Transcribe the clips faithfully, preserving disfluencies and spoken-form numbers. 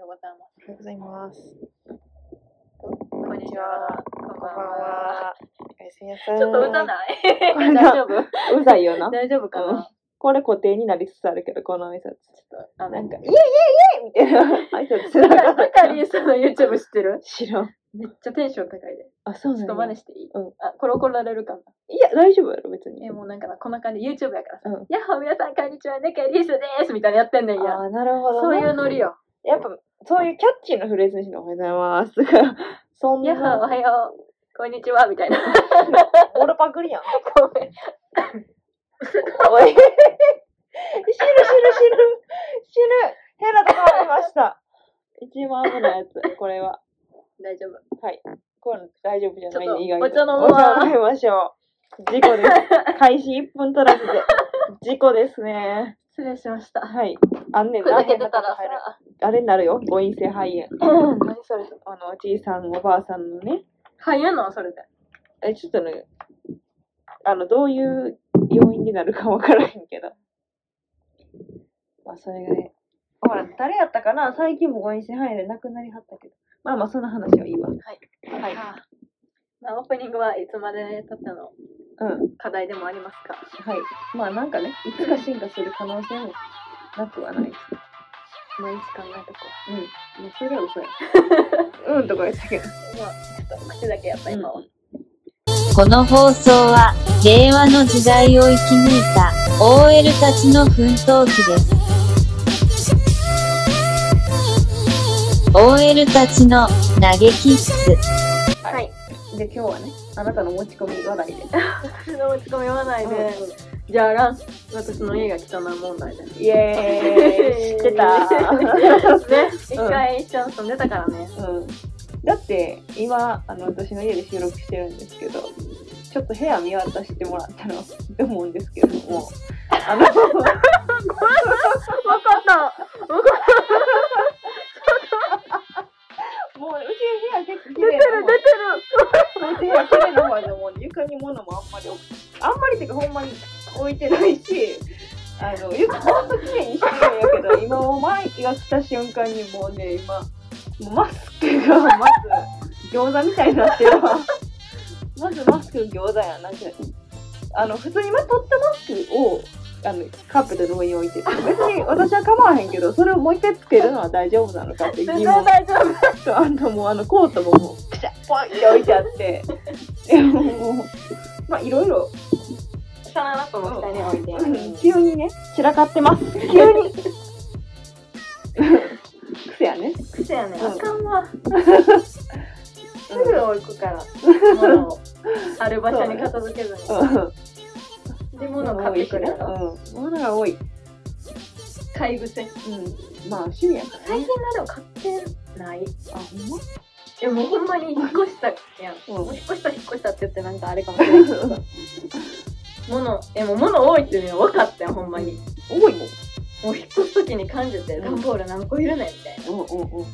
ようございます。 おはようございます。 こんにちは。こんばんは。 おやすみなさい。 ちょっとうざない大丈夫？うざいよな。 大丈夫かな、うん、 これ固定になりつつあるけど、この挨拶。ちょっとあのなんか、イエイイエイイエイみたいな挨拶する。 なんかリーさんの YouTube 知ってる？ 知らん。 めっちゃテンション高いで。 あ、そうなんだ。 ちょっと真似していい？ うん。 あ、これ怒られるかな？ いや、大丈夫やろ、別に。 え、もうなんかな、こんな感じ。YouTube やからさ。 うん、 やっほー皆さん、こんにちは。ねかリースですみたいなやってんねんや。 あ、なるほど、 ね。そういうノリよ。 やっぱ、そういうキャッチーなフレーズにしのおはようございますとか、そんな。 やっほーおはよう。こんにちはみたいな。 ボルパクリやん。 ごめん。 おい。死ぬ死ぬ死ぬ。死ぬ。ヘラと変わりました。一番危ないやつ、これは。 大丈夫。 はい。これ大丈夫じゃないんで、意外と。 お茶飲むわ。お茶飲みましょう。事故です。開始いっぷん足らずで。事故ですね。 失礼しました。 はい。あんねんな。ふざけてたらさ。 あれになるよ。誤飲性肺炎。うん。何それ。 あの、おじいさん、おばあさんのね。 肺炎なのそれで。 え、ちょっとね、あの、どういう要因になるかわからへんけど。まあ、それがね。ほら、誰やったかな？最近も誤飲性肺炎で亡くなりはったけど。まあまあ、そんな話はいいわ。 はい。はい。まあ、オープニングはいつまで経ったの課題でもありますか？ うん。はい。まあ、なんかね、いつか進化する可能性もなくはないです。 毎日考えとこう。うん。もうそれは嘘や。うんとか言ったけど。 まあ、ちょっと口だけやった今は。うん、 この放送は、令和の時代を生き抜いた オーエル たちの奮闘記です。オーエル たちの投げキッス。 はい。で、今日はね、あなたの持ち込み話題で。 私の持ち込み話題で、うん、じゃあランス、私の家が汚い問題で。 イエーイ知ってたね、一回一緒に住んでたからね。 うん。だって、今、あの、私の家で収録してるんですけど、ちょっと部屋見渡してもらったらって思うんですけども、あの、わかったわかったもう、うち部屋結構綺麗な方。出てる出てるうち部屋綺麗な方でもう床に物もあんまり置く。あんまりっていうかほんまに置いてないし、あの、床ほんと綺麗にしてるんやけど、今もうマイクが来た瞬間にもうね、今、もうマスクがまず餃子みたいになってるわ。まずマスク餃子やん。なんか、あの、普通にま取ったマスクを、あの、カーペットの上に置いてて、別に私は構わへんけど、それをもう一回つけるのは大丈夫なのかって疑問。 全然大丈夫。 あともうあの、コートももう、ピシャッポイって置いてあって、でももう、まあいろいろ、 下の中も下に置いて、 うん、急にね、散らかってます。急に。癖やね。 癖やね。あかんわ。すぐ置くから、物をある場所に片付けずに。で、物を買ってくるから。 うん。物が多い。 買い癖。うん。 まあ、趣味やから、ね。 最近なでも買ってない。 あ、ほんま？ でもほんまに引っ越したやん。うん、もう引っ越した引っ越したって言ってなんかあれかもしれないけどさ。物、え、もう物多いっていうの分かったよ、ほんまに。 多いもん。 もう引っ越すときに感じて、段ボール何個いるねんみたいな。 うんうんうん。もう、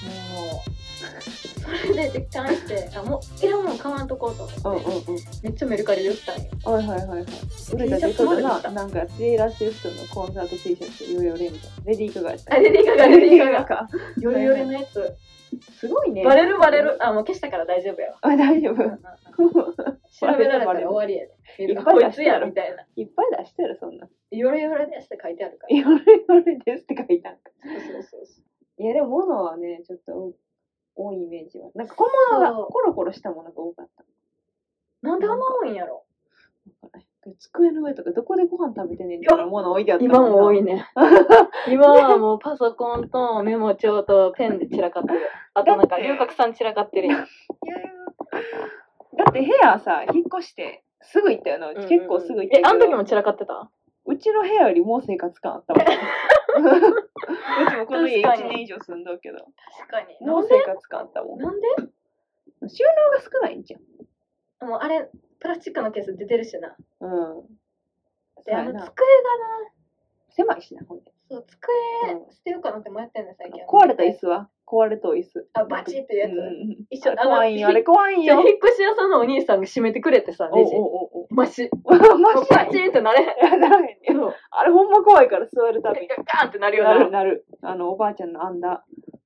それで実感して、あ、もういらんもん買わんとこうと思って、うんうんうん、めっちゃメルカリで売ったんよ。 はいはいはいはい。売れたってことな、なんかテイラー・スウィフトのコンサート T シャツ、ヨレヨレみたいな。レディー・ガガやった。 あ、レディー・ガガ、レディー・ガガか。ヨレヨレのやつ。 すごいね。 バレるバレる。あ、もう消したから大丈夫やわ。 あ、大丈夫。 調べられたら終わりやで。 いっぱいこいつやみたいな。 いっぱい出してる、そんな。 ヨレヨレですって書いてあるから。 ヨレヨレですって書いてあるから。 そうそうそうそう。 いや、でも物はね、ちょっと多いイメージは。なんか小物がコロコロしたものが多かった。 なんであんな多いんやろ。 机の上とかどこでご飯食べてんねんっていう物置いてあった。 今も多いね。今はもうパソコンとメモ帳とペンで散らかってる。あとなんか龍角散散らかってるやん。いやだって部屋さ、引っ越してすぐ行ったよな。うち結構すぐ行ったけど。 え、あの時も散らかってた？ うちの部屋よりもう生活感あったもん。うちもこの家いちねん以上住んどるけど。 確かに。 もう生活感あったもん。 なんで？ 収納が少ないんじゃん。 もうあれ、プラスチックのケース出てるしな。 うん。 で、あの机がな、 狭いしな、ほんで。 そう、机、捨てようかなって迷ってんねん、最近。 壊れた椅子は壊れた椅子。 あ、バチっていうやつ。うん、一緒怖いんよ、あれ怖いんよ。 引っ越し屋さんのお兄さんが閉めてくれてさ、ネジ。 おおおマシ。 マシ。 バチってなれへん。 ならへんね。あれほんま怖いから座るたびに。 ガーンってなるようになる。 なる。あの、おばあちゃんの編んだ、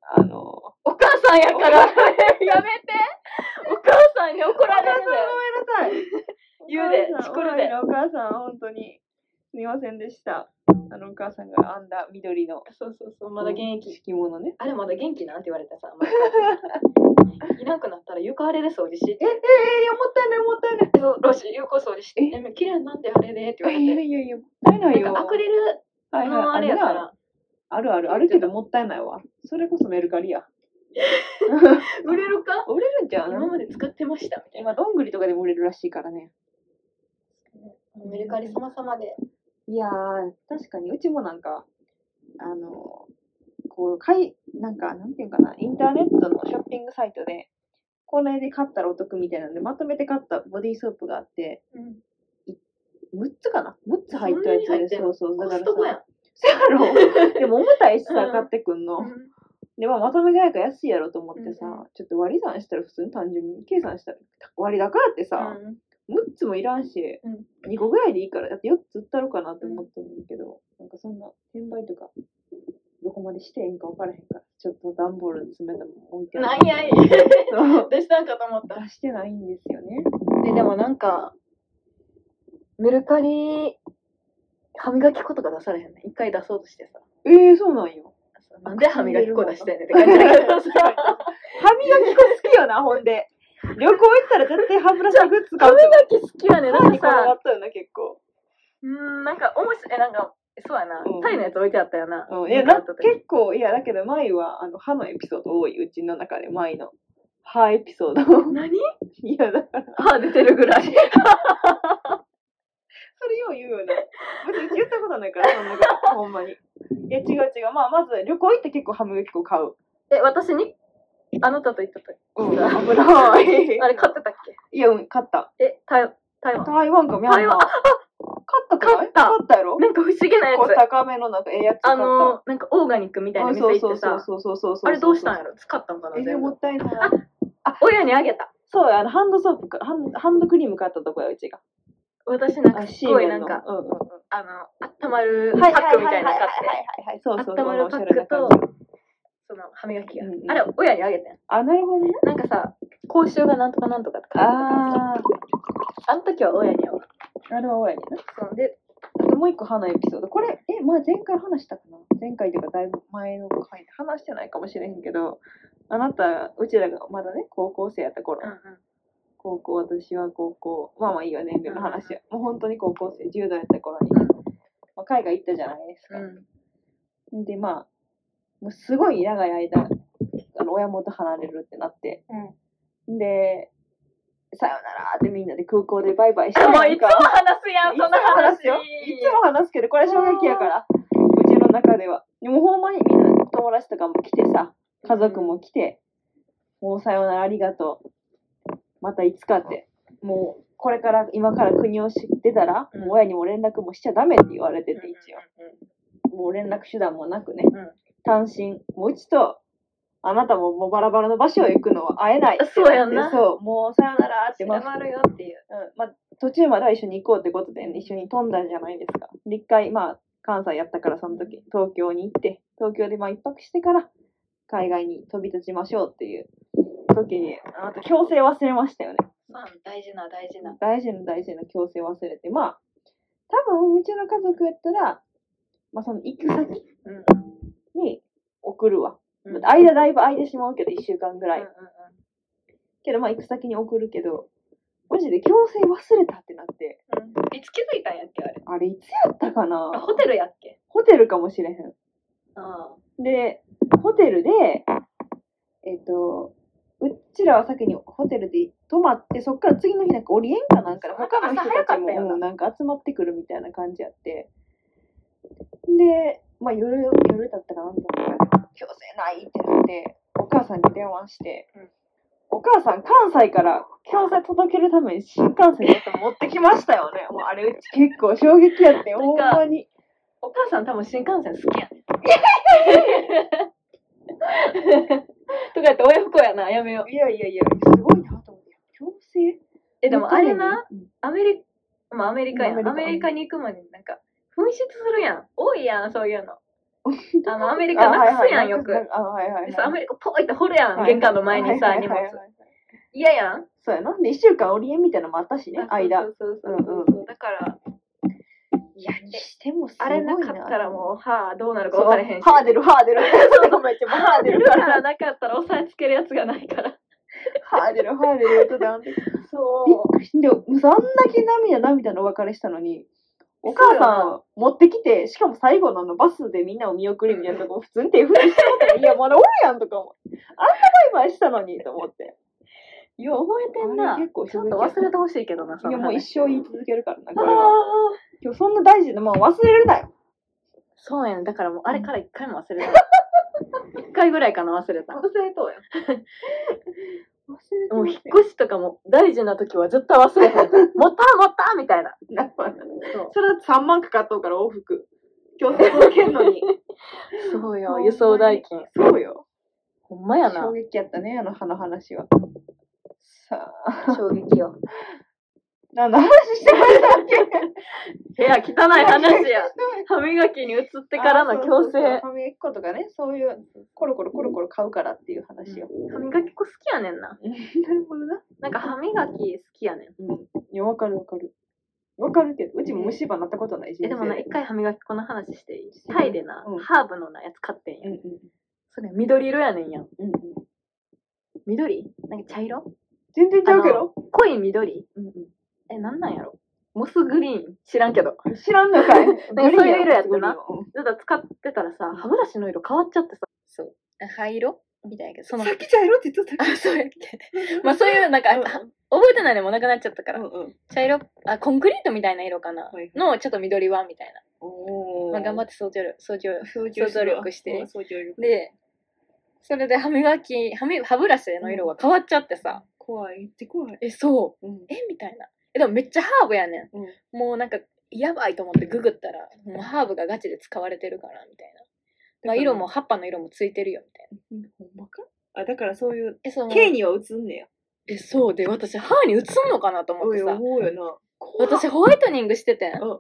あの、 お母さんやから、やめて。お母さんに怒られるで。 ごめんなさい。 言うで、チクるで。 お母さん、本当に、すみませんでした。あの、お母さんが編んだ緑の。 そうそうそう、まだ現役。 敷物ね。 あれまだ元気なんって言われたさ。いなくなったら床あれで掃除して。 え、え、え、いや、もったいない、もったいない。 そう、ロシ、床掃除して。え、綺麗なんであれでって言われて。 いやいやいや、もったいないよ。 アクリルのあれやから。 あるある、あるけどもったいないわ。それこそメルカリや。 売れるか売れるんじゃん。 今まで使ってましたみたいな。 今、どんぐりとかでも売れるらしいからね。 メルカリ様々で。 いやー、確かに、うちもなんか、あの、こう、買い、なんか、なんていうかな、インターネットのショッピングサイトで、これで買ったらお得みたいなんで、まとめて買ったボディーソープがあって、うん、むっつかな ?むっ つ入ったやつで、そうそう、だからさ、そうやろでも重たいしさ、買ってくんの。うん、で、まあ、まとめ買いが安いやろと思ってさ、うん、ちょっと割り算したら普通に単純に計算したら、割高やってさ、うんむっつもいらんし、うん、にこぐらいでいいから、だってよっつ売ったろかなって思ったんだけど、うん、なんかそんな転売とか、どこまでしてええんか分からへんから、ちょっと段ボールに詰めたもん置いてある。 なんやい出したんかと思った。 出してないんですよね。 え、でもなんか、メルカリ、歯磨き粉とか出されへんね。一回出そうとしてさ。 えー、そうなんよ。 なんで歯磨き粉出してんねんって感じだけどさ。 歯磨き粉好きよな、ほんで。旅行行ったら絶対歯ブラシグッズ買う。 歯磨き好きやねん。なんかさ、 こだわったよな、結構。 うーん、なんか、おもし、え、なんか、そうやな。うん、タイのやつ置いてあったよな。 うん、いや、な、結構、いや、だけど、マイは、あの、歯のエピソード多い、うちの中で、マイの。歯エピソード。 何いや、だから。 歯出てるぐらい。それよう言うよな。別に言ったことないから、そんなこと、ほんまに。いや、違う違う。まあ、まず、旅行行って結構歯磨き粉買う。 え、私にあなたと言ったとき。 うん、危ない。 あれ、買ってたっけ？ いや、うん、買った。 え、台湾台湾か、ミャンマー。台湾。買ったかい？買ったやろ？ なんか不思議なやつ。 高めのなんかええやつ買った。 あの、なんかオーガニックみたいな店行ってさ。 そうそうそうそうそう。 あれどうしたんやろ？使ったんかな？ え、もったいない。 あ、親にあげた。 そうや、あの、ハンドソープか、ハンハンドクリーム買ったとこや、うちが。 私なんかすごいなんか、うんうんうん、あの、温まるパックみたいなの買って、温まるパックと、その歯磨きが、うんうん、あれ親にあげてん。 あ、なるほどね。 なんかさ、口臭がなんとかなんとかって書いてある。あの時は親にあわ。 あれは親にな。 そうで、 もう一個歯のエピソード。これ、え、まあ前回話したかな？前回というかだいぶ前の回で話してないかもしれへんけど、あなた、うちらがまだね、高校生やった頃。うんうん高校、私は高校、まあまあいいわ、年齢の話や。もう本当に高校生、じゅう代やった頃に、まあ、海外行ったじゃないですか。うん、で、まあ、もうすごい長い間、あの親元離れるってなって、うん、で、さよならってみんなで空港でバイバイして。 もういつも話すやん、そんな話よ。いつも話すけど、これ衝撃やから、うちの中では。でもほんまにみんな友達とかも来てさ、家族も来て、もうさよならありがとう。またいつかって、もうこれから今から国を知ってたら、うん、もう親にも連絡もしちゃダメって言われてて、一応、もう連絡手段もなくね、うん、単身、もううちとあなたももうバラバラの場所へ行くのは会えないってそうやな、 そうもうさよならって、 まあ、るよっていう、 うんまあ、途中までは一緒に行こうってことで、ね、一緒に飛んだじゃないですか。で一回まあ関西やったからその時東京に行って東京でまあ一泊してから海外に飛び立ちましょうっていう時に、あなた強制忘れましたよね。 まあ、大事な大事な。 大事な大事な強制忘れて、まあ、多分うちの家族やったら、まあその行く先に送るわ。うん、間だいぶ空いてしまうけど、いっしゅうかんぐらい。うんうんうん、けどまあ行く先に送るけど、マジで強制忘れたってなって。 うん、いつ気づいたんやっけあれ。 あれいつやったかな。 あ、ホテルやっけ。 ホテルかもしれへん。 あで、ホテルで、えっと、うちらは先にホテルで泊まって、そっから次の日なんかオリエンかなんかで他の人たちも、うん、なんか集まってくるみたいな感じやって。で、まあ夜、夜だったかなんだったか、強制ないってなって、お母さんに電話して、うん、お母さん関西から強制届けるために新幹線で持ってきましたよね。もうあれうち結構衝撃やって、ほんまに。 お母さん多分新幹線好きやね。とか言って親不孝やな、やめよう。 いやいやいや、すごいなと思って。強制え、でもあれな、うん、アメリカ、まあアメリカやん。アメリカに行くまでなんか、紛失するやん。多いやん、そういうの。 あのアメリカなくすやんよく。 あ、はいはいはい。 アメリカポイって掘るやん、玄関の前にさ、荷物。嫌やん。 そうやな。で、一週間オリエンみたいなのもあったしね、間。 そうそうそうそう。だから、 いや、にしてもすごいな。 あれなかったらもう、はあ、どうなるか分からへんし。 はあ出る、はあ出る。そうめっちゃはあ出るから。なかったら押さえつけるやつがないから。 はあ出る、はあ出る音であんて。そう。びっくりして、でも、そんだけ涙涙のお別れしたのに、お母さん持ってきて、しかも最後のあのバスでみんなを見送るみたいなとこ普通に手振りしてたら、いや、まだおるやんとか思って。あんなバイバイしたのにと思って。 よう覚えてんな。結構ちょっと忘れてほしいけどな、 いや、もう一生言い続けるからな、これは。今日そんな大事で、もう忘れるなよ。 そうやね。だからもうあれから一回も忘れた。一回ぐらいかな、忘れた。 忘れとうや。 忘れてもう引っ越しとかも大事な時は絶対忘れへん。もったもったみたいな。 そうそれはさんまんかかっとうから往復。今日届けんのに。 そうよ、輸送代金。 そうよ。 ほんまやな。 衝撃やったね、あの歯の話は。さあ。衝撃よ。 何の話してましたっけ？ 部屋汚い話や。歯磨きに移ってからの強制。 歯磨き粉とかね、そういうコロコロコロコロ買うからっていう話よ。 歯磨き粉好きやねんな。 なるほどな。 なんか歯磨き好きやねん。 うん。いや、わかるわかる。わかるけど、うちも虫歯になったことないし。 え、でもな、一回歯磨き粉の話していい？タイでな、ハーブのなやつ買ってんや。それ緑色やねんやん。緑？なんか茶色？ 全然ちゃうけど。 濃い緑？え、なんなんやろ？モスグリーン知らんけど。 知らんのかい。 なんかそういう色やったな。だから使ってたらさ、歯ブラシの色変わっちゃってさ。そう。灰色みたいなけど、その。 さっき茶色って言っとったっけ？ あ、そうやっけ。まあそういう、なんか、覚えてないでもなくなっちゃったから。茶色、あ、コンクリートみたいな色かな。の、ちょっと緑はみたいな。おー。まあ頑張って掃除力、掃除、掃除力して。で、それで歯磨き、歯歯ブラシの色が変わっちゃってさ。 怖いって怖い。 え、そう。えみたいな。え、でもめっちゃハーブやねん。うん、もうなんか、やばいと思ってググったら、もうハーブがガチで使われてるから、みたいな。まあ、色も、葉っぱの色もついてるよ、みたいな。 ほんまか？あ、だからそういう、え、その、毛には映んねや。 え、そうで、私、歯に映んのかなと思ってさ。 思うよな。 私、ホワイトニングしててん。うんうんうんうん。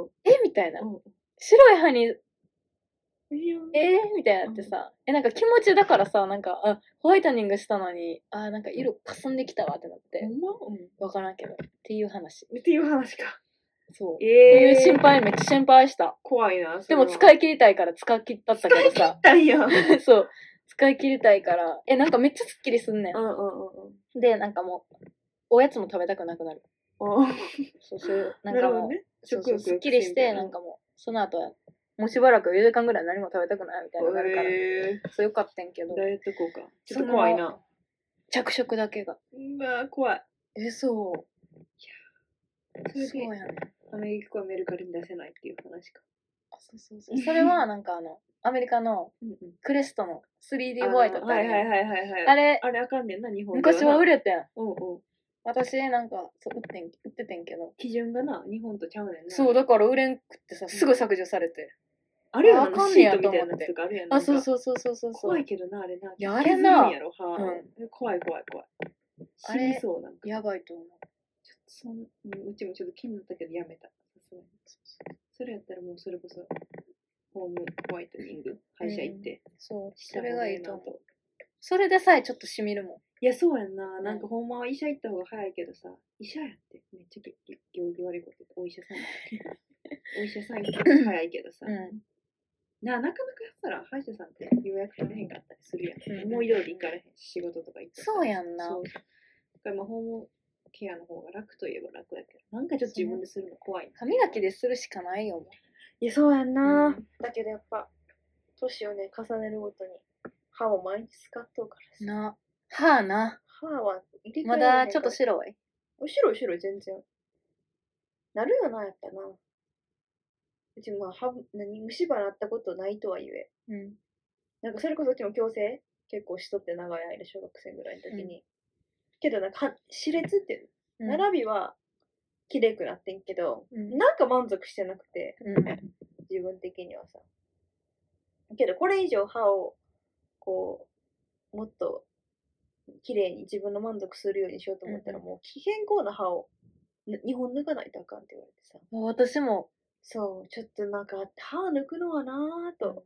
えみたいな。うん、白い歯に、えー、みたいになってさ、え、なんか気持ちだからさ、なんか、あ、ホワイトニングしたのに、あ、なんか色かすんできたわってなって。ほんま？うん。わからんけど。っていう話。 っていう話か。 そう。えー、っていう心配、めっちゃ心配した。 怖いな。 でも使い切りたいから使い切ったったけどさ。 使い切ったんや。 そう。使い切りたいから。え、なんかめっちゃスッキリすんねん。 うんうんうんうん。 で、なんかもう、おやつも食べたくなくなる。そうそう。なんかもう、ね、そうそうスッキリして、なんかもう、その後は、もうしばらくよじかんぐらい何も食べたくないみたいなのがあるから、えー、そうよかったんけど。 ダイエット効果。ちょっと怖いな。 着色だけが。 うわ怖い。 え、そう。いや、 それそうやね。アメリカはメルカリに出せないっていう話か。 あ、そうそうそう。それはなんかあの、アメリカのクレストの スリーディー ホワイトってある。 はいはいはいはいはい。 あれ、 あれあかんねんな、日本で。 昔は売れてん。 うんうん。 私なんか、そう、売ってん、売っててんけど。 基準がな、日本とちゃうねんな。 そう、だから売れんくってさ、すぐ削除されて。 あれやな、シートみたいなやつとかあるやん。 あ、そうそうそうそうそう。 怖いけどな、あれな。 いや、あれな。 やろ、はうん。怖い怖い怖い。 あれ、そうなんか。やばいと思う。 ちょっとそん、うちもちょっと気になったけどやめた。それやったらもうそれこそ、ホームホワイトニング、歯医者行って。 そう、それがいいと思う。それでさえちょっとしみるもん。 いや、そうやんな。なんかほんまは医者行った方が早いけどさ、医者やって。めっちゃ行儀悪いこと言って、お医者さん。お医者さん行った方が早いけどさ。うんな、なかなかやったら歯医者さんって予約取れへんかったりするやん。うん、思い通り行かれへんし、仕事とか行って。 そうやんな。 そう。だからまあ、ホームケアの方が楽といえば楽やけど、なんかちょっと自分でするの怖い。 歯磨きでするしかないよ。 いや、そうやんな。うん、だけどやっぱ、年をね、重ねるごとに、歯を毎日使っとうからさ。 な。歯な。 歯は入れ替えまだちょっと白い。 白い白い全然。なるよな、やっぱな。うちまあ、は何虫歯なったことないとは言え。うん。なんかそれこそうちも矯正結構しとって長い間小学生ぐらいの時に。うん、けどなんか歯列っていう、うん、並びは綺麗くなってんけど、うん、なんか満足してなくて、うん、自分的にはさ。けどこれ以上歯をこうもっと綺麗に自分の満足するようにしようと思ったら、うん、もう健康な歯をにほん抜かないとあかんって言われてさ。 私も。 そう、ちょっとなんか歯抜くのはなぁと、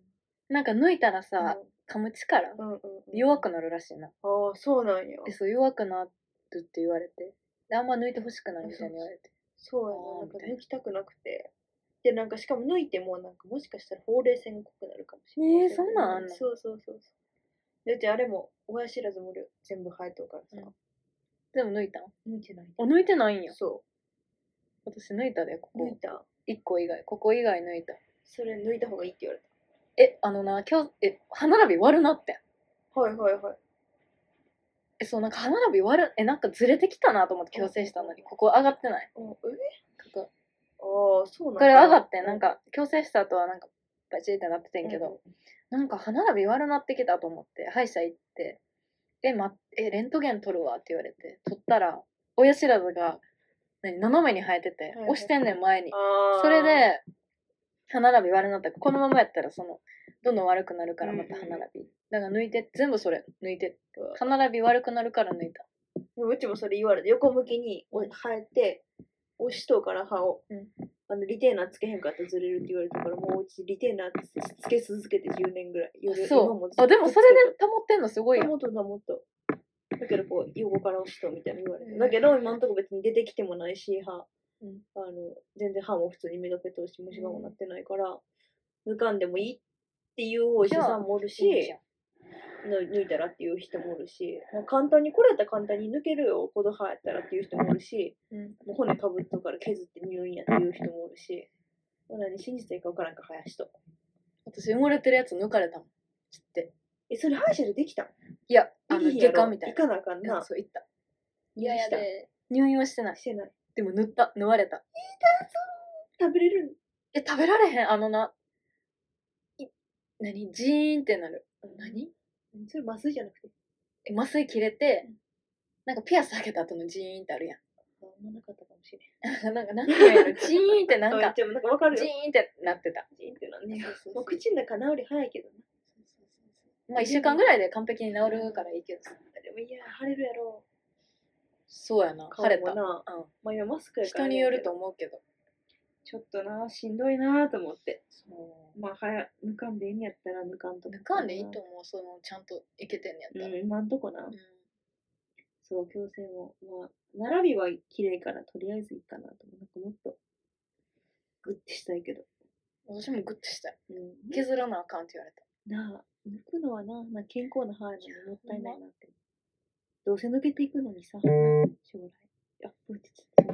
なんか抜いたらさ、噛む力、うんうんうん、弱くなるらしいな。 ああ、そうなんや。 で、そう、弱くなるって言われて。で、あんま抜いてほしくないみたいに言われて。 そうやな、なんか抜きたくなくて。で、なんかしかも抜いても、なんかもしかしたらほうれい線が濃くなるかもしれない。 えー、そんなんあんの？ そうそうそうそう。だってあれも、親知らずも全部生えとるからさ。うん、 全部抜いたん？ 抜いてない。 あ、抜いてないんや。 そう。 私抜いたで、ここ。 抜いた？ いっこ以外。ここ以外抜いた。 それ抜いた方がいいって言われた。 え、あのな、今日、え、歯並び悪なってん。 はいはいはい。 え、そう、なんか歯並び悪、え、なんかずれてきたなと思って矯正したのに、ここ上がってない。 うん、え？ ここ。ああ、そうなんだ。 これ上がって、なんか、矯正した後はなんか、バチってなっててんけど、うん、なんか歯並び悪なってきたと思って、歯医者行って、え、ま、え、レントゲン取るわって言われて、取ったら、親知らずが、何、斜めに生えてて、はいはい、押してんねん、前に。それで、歯並び悪なった。このままやったら、その、どんどん悪くなるから、また歯並び。だから抜いて、全部それ、抜いて。歯並び悪くなるから抜いた。 うちもそれ言われて、横向きに生えて、押しとうから歯を、うん、あのリテーナーつけへんかったらずれるって言われたから、もううちリテーナーつけ続けてじゅうねんぐらい。夜そう。あ、でもそれで保ってんのすごいやん。 保っと保っと。だけどこう、横から押しとみたいな言われて。だけど今のとこ別に出てきてもないし、歯。うん、あの全然歯も普通に磨けとるし、虫歯もなってないから、抜かんでもいいっていうお医者さんもおるし、いい抜いたらっていう人もおるし、まあ、簡単に、これやったら簡単に抜けるよ、この歯やったらっていう人もおるし、うん、もう骨かぶっとから削って入院やっていう人もおるし、何信じていいか分からんか、林と。 私、埋もれてるやつ抜かれたもん。つって。 え、それ歯医者でできたん？ いや、あの、外科みたいな。 行かなあかんな。 そう、行った。いやいやで、入院はしてない。 してない。 でも塗った、縫われた。痛そう。食べれる？ え、食べられへん、あのな。い、何？ジーンってなる。何？ それ麻酔じゃなくて。 え、麻酔切れて、うん、なんかピアス開けた後のジーンってあるやん。 あんまなかったかもしれん。なんか、なんて言うやろ、ジーンってなんか、 なんかわかるよ。 ジーンってなってた。 ジーンってなんね。そうそうそう。もう口の中治り早いけどな。そうそうそう。まあ一週間ぐらいで完璧に治るからいいけどさ。 でもいや、腫れるやろ。 そうやな、腫れた。 な。うん。まあ今マスクやから。 人によると思うけど。 ちょっとな、しんどいなと思って。そう。まあ、はや、抜かんでいいんやったら抜かんと。 抜かんでいいと思う、その、ちゃんといけてんやったら。 うん、今んとこな。うん、そう、矯正も。まあ、並びは綺麗から、とりあえずいいかなと思う。なんかもっと、グッてしたいけど。 私もグッてしたい。うん、削らなあかんって言われた。 なあ、抜くのはな、な健康な歯やのにもったいないなって。どうせ抜けていくのにさ、将来。あ、ブーってつってます。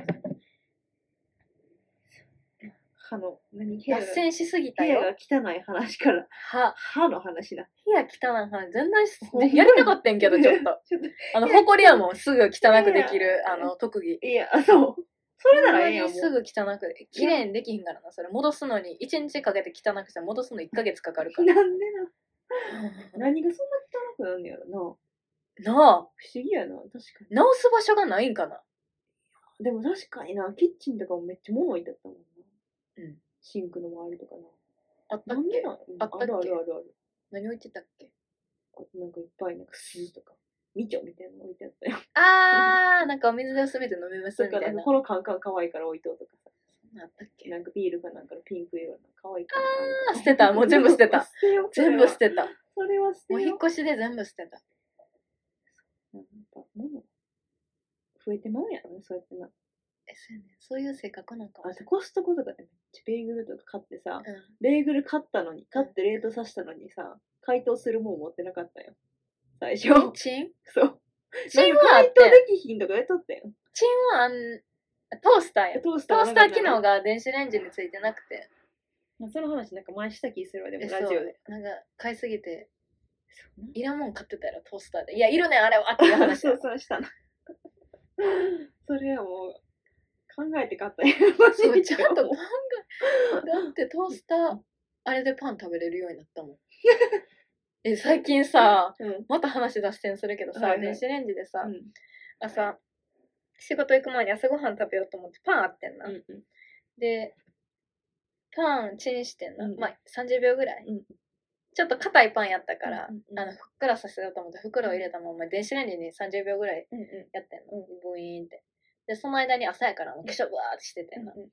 歯の、何脱線しすぎたよ。部屋が汚い話から、歯、歯の話だ。 部屋汚い話、全然やりたかったんけど、ちょっと。あの、ほこりはもうすぐ汚くできる、あの、特技。 いや、そう。それならええやん。 すぐ汚く、綺麗にできひんからな、それ。戻すのに、いちにちかけて汚くして戻すのいっかげつかかるから。 なんでな。何がそんな汚くなんねやろな。なあ。 不思議やな、確かに。 直す場所がないんかな。 でも確かにな、キッチンとかもめっちゃ物置いてあったもんな。うん。シンクの周りとかな。 あったっけ？ あったっけ？あるあるあるある。 何置いてたっけ？ なんかいっぱいなんか酢とか、みちょみたいなの置いてあったよ。 あー、なんかお水で薄めて飲みますみたいな。 このカンカン可愛いから置いとうとかさ。 そんなあったっけ？ なんかビールかなんかのピンク色の可愛いから。 あー、捨てた。もう全部捨てた。全部捨てた。 それは捨てよ。 もう引っ越しで全部捨てた。 なんか、物増えてまうやろね、そうやってな。 え、そうやね。そういう性格なんかも。 あとコストコとかでめっちゃベーグルとか買ってさ、うん、ベーグル買ったのに、買って冷凍させたのにさ、解凍するもん持ってなかったよ。最初。 チン？ そう。 チンはあって。 解凍できひんとかやっとったよ。 チンはあん、トースターや。 トースター。 トースター機能が電子レンジについてなくて。 その話なんか前した気するわ、でもラジオで。 なんか買いすぎて、いらんもん買ってたやろ、トースターで。いや、いるねん、あれはっていう話。 そうそうしたな。それはもう、考えて買ったよ。 そう、ちゃんと考え。だってトースター、あれでパン食べれるようになったもん。え、最近さ、うん、また話脱線するけどさ、はいはい、電子レンジでさ、うん、朝、仕事行く前に朝ごはん食べようと思ってパンあってんな。うんうん、で、パンチンしてんな。うん、まあ、さんじゅうびょうぐらい。うん、ちょっと硬いパンやったから、うんうん、あの、ふっくらさせようと思って袋を入れたまま電子レンジにさんじゅうびょうぐらいやってんの。うんうん、ブイーンって。で、その間に朝やから、化粧ブワーってしててんな。うんうん、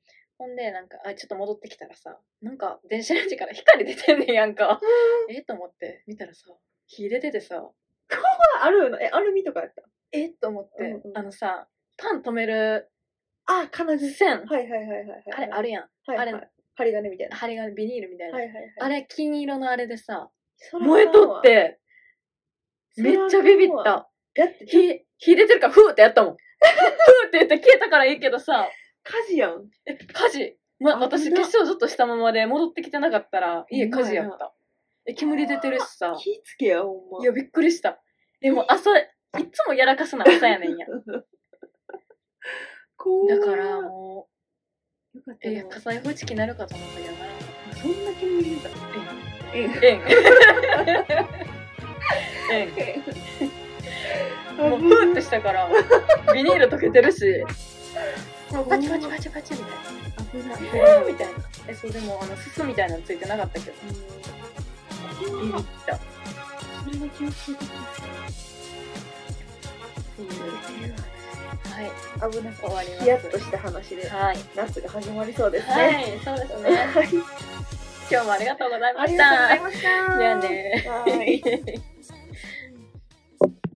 ほんでなんかあちょっと戻ってきたらさ、なんか電車の字から光出てんねんやんか。えと思って見たらさ、火出ててさ、 あるのえアルミとかやった。 えと思って、うんうん、あのさパン止めるあ金具線、 はいはいはいはい、はい、 あれあるやん、 はいはい、あれ針金みたいな、 針金ビニールみたいな、 はいはいはい、 あれ金色のあれでさ燃えとって。めっちゃビビった。 やって火、火出てるからフーってやったもん。フーって言って消えたからいいけどさ。 火事やん。 え、火事。ま、私決勝ずっとしたままで戻ってきてなかったら、家火事やった。え、煙出てるしさ。 気ぃつけや、ほんま。 いや、びっくりした。でも朝、いつもやらかすの朝やねんや。だからもう、え、火災報知器なるかと思ったけどな。 そんな煙出た。 えん。えん。えん。えん。もうふーってしたからビニール溶けてるし、もうパチパチパチパチみたいな、危ない、えー、みたいな。え、そうでもあのすすみたいなのついてなかったけど、ビビった。 それは気をつけてください。 はい、危なく終わります。 ヒヤッとした話で、はい、夏が始まりそうですね。 はい、そうですね。はい、今日もありがとうございました。 ありがとうございました。 じゃあね。はい。